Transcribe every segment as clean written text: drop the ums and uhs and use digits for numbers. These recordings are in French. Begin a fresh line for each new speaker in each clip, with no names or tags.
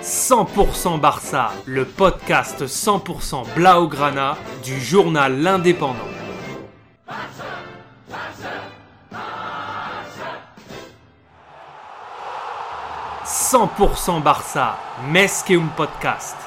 100% Barça, le podcast 100% Blaugrana du journal L'Indépendant. 100% Barça, més que un podcast.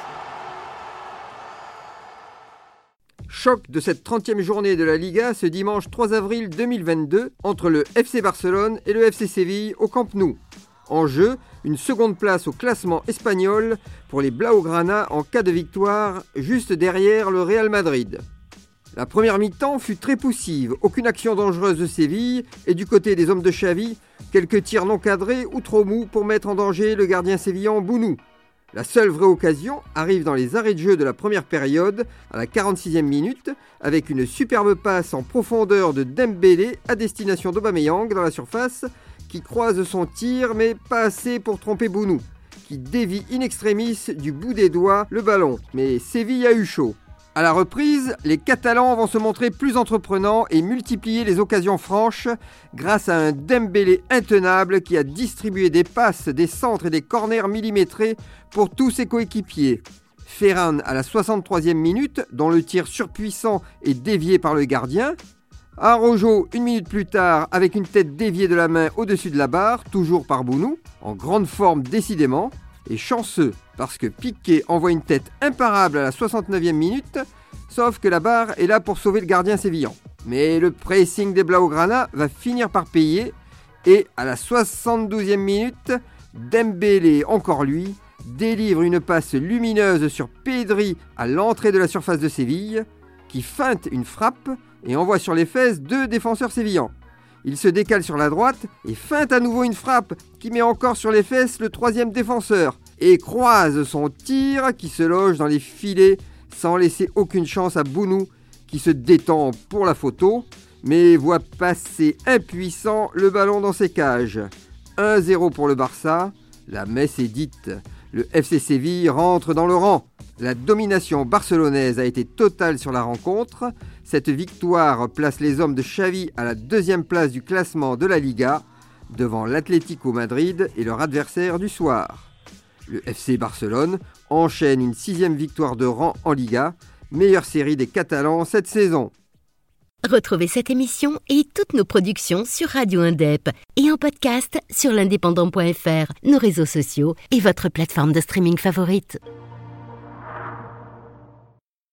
Choc de cette 30e journée de la Liga ce dimanche 3 avril 2022 entre le FC Barcelone et le FC Séville au Camp Nou. En jeu, une seconde place au classement espagnol pour les Blaugrana en cas de victoire, juste derrière le Real Madrid. La première mi-temps fut très poussive, aucune action dangereuse de Séville et du côté des hommes de Xavi, quelques tirs non cadrés ou trop mous pour mettre en danger le gardien sévillan Bounou. La seule vraie occasion arrive dans les arrêts de jeu de la première période, à la 46e minute, avec une superbe passe en profondeur de Dembélé à destination d'Aubameyang dans la surface, qui croise son tir mais pas assez pour tromper Bounou, qui dévie in extremis du bout des doigts le ballon, mais Séville a eu chaud. À la reprise, les Catalans vont se montrer plus entreprenants et multiplier les occasions franches grâce à un Dembélé intenable qui a distribué des passes, des centres et des corners millimétrés pour tous ses coéquipiers. Ferran à la 63e minute, dont le tir surpuissant est dévié par le gardien. Araujo, une minute plus tard, avec une tête déviée de la main au-dessus de la barre, toujours par Bounou, en grande forme décidément, et chanceux, parce que Piqué envoie une tête imparable à la 69e minute, sauf que la barre est là pour sauver le gardien sévillan. Mais le pressing des Blaugrana va finir par payer, et à la 72e minute, Dembélé, encore lui, délivre une passe lumineuse sur Pedri à l'entrée de la surface de Séville, qui feinte une frappe et envoie sur les fesses deux défenseurs sévillans. Il se décale sur la droite et feinte à nouveau une frappe qui met encore sur les fesses le troisième défenseur et croise son tir qui se loge dans les filets sans laisser aucune chance à Bounou qui se détend pour la photo mais voit passer impuissant le ballon dans ses cages. 1-0 pour le Barça, la messe est dite. Le FC Séville rentre dans le rang. La domination barcelonaise a été totale sur la rencontre. Cette victoire place les hommes de Xavi à la deuxième place du classement de la Liga, devant l'Atlético Madrid et leur adversaire du soir. Le FC Barcelone enchaîne une 6e victoire de rang en Liga, meilleure série des Catalans cette saison.
Retrouvez cette émission et toutes nos productions sur Radio Indep et en podcast sur l'indépendant.fr, nos réseaux sociaux et votre plateforme de streaming favorite.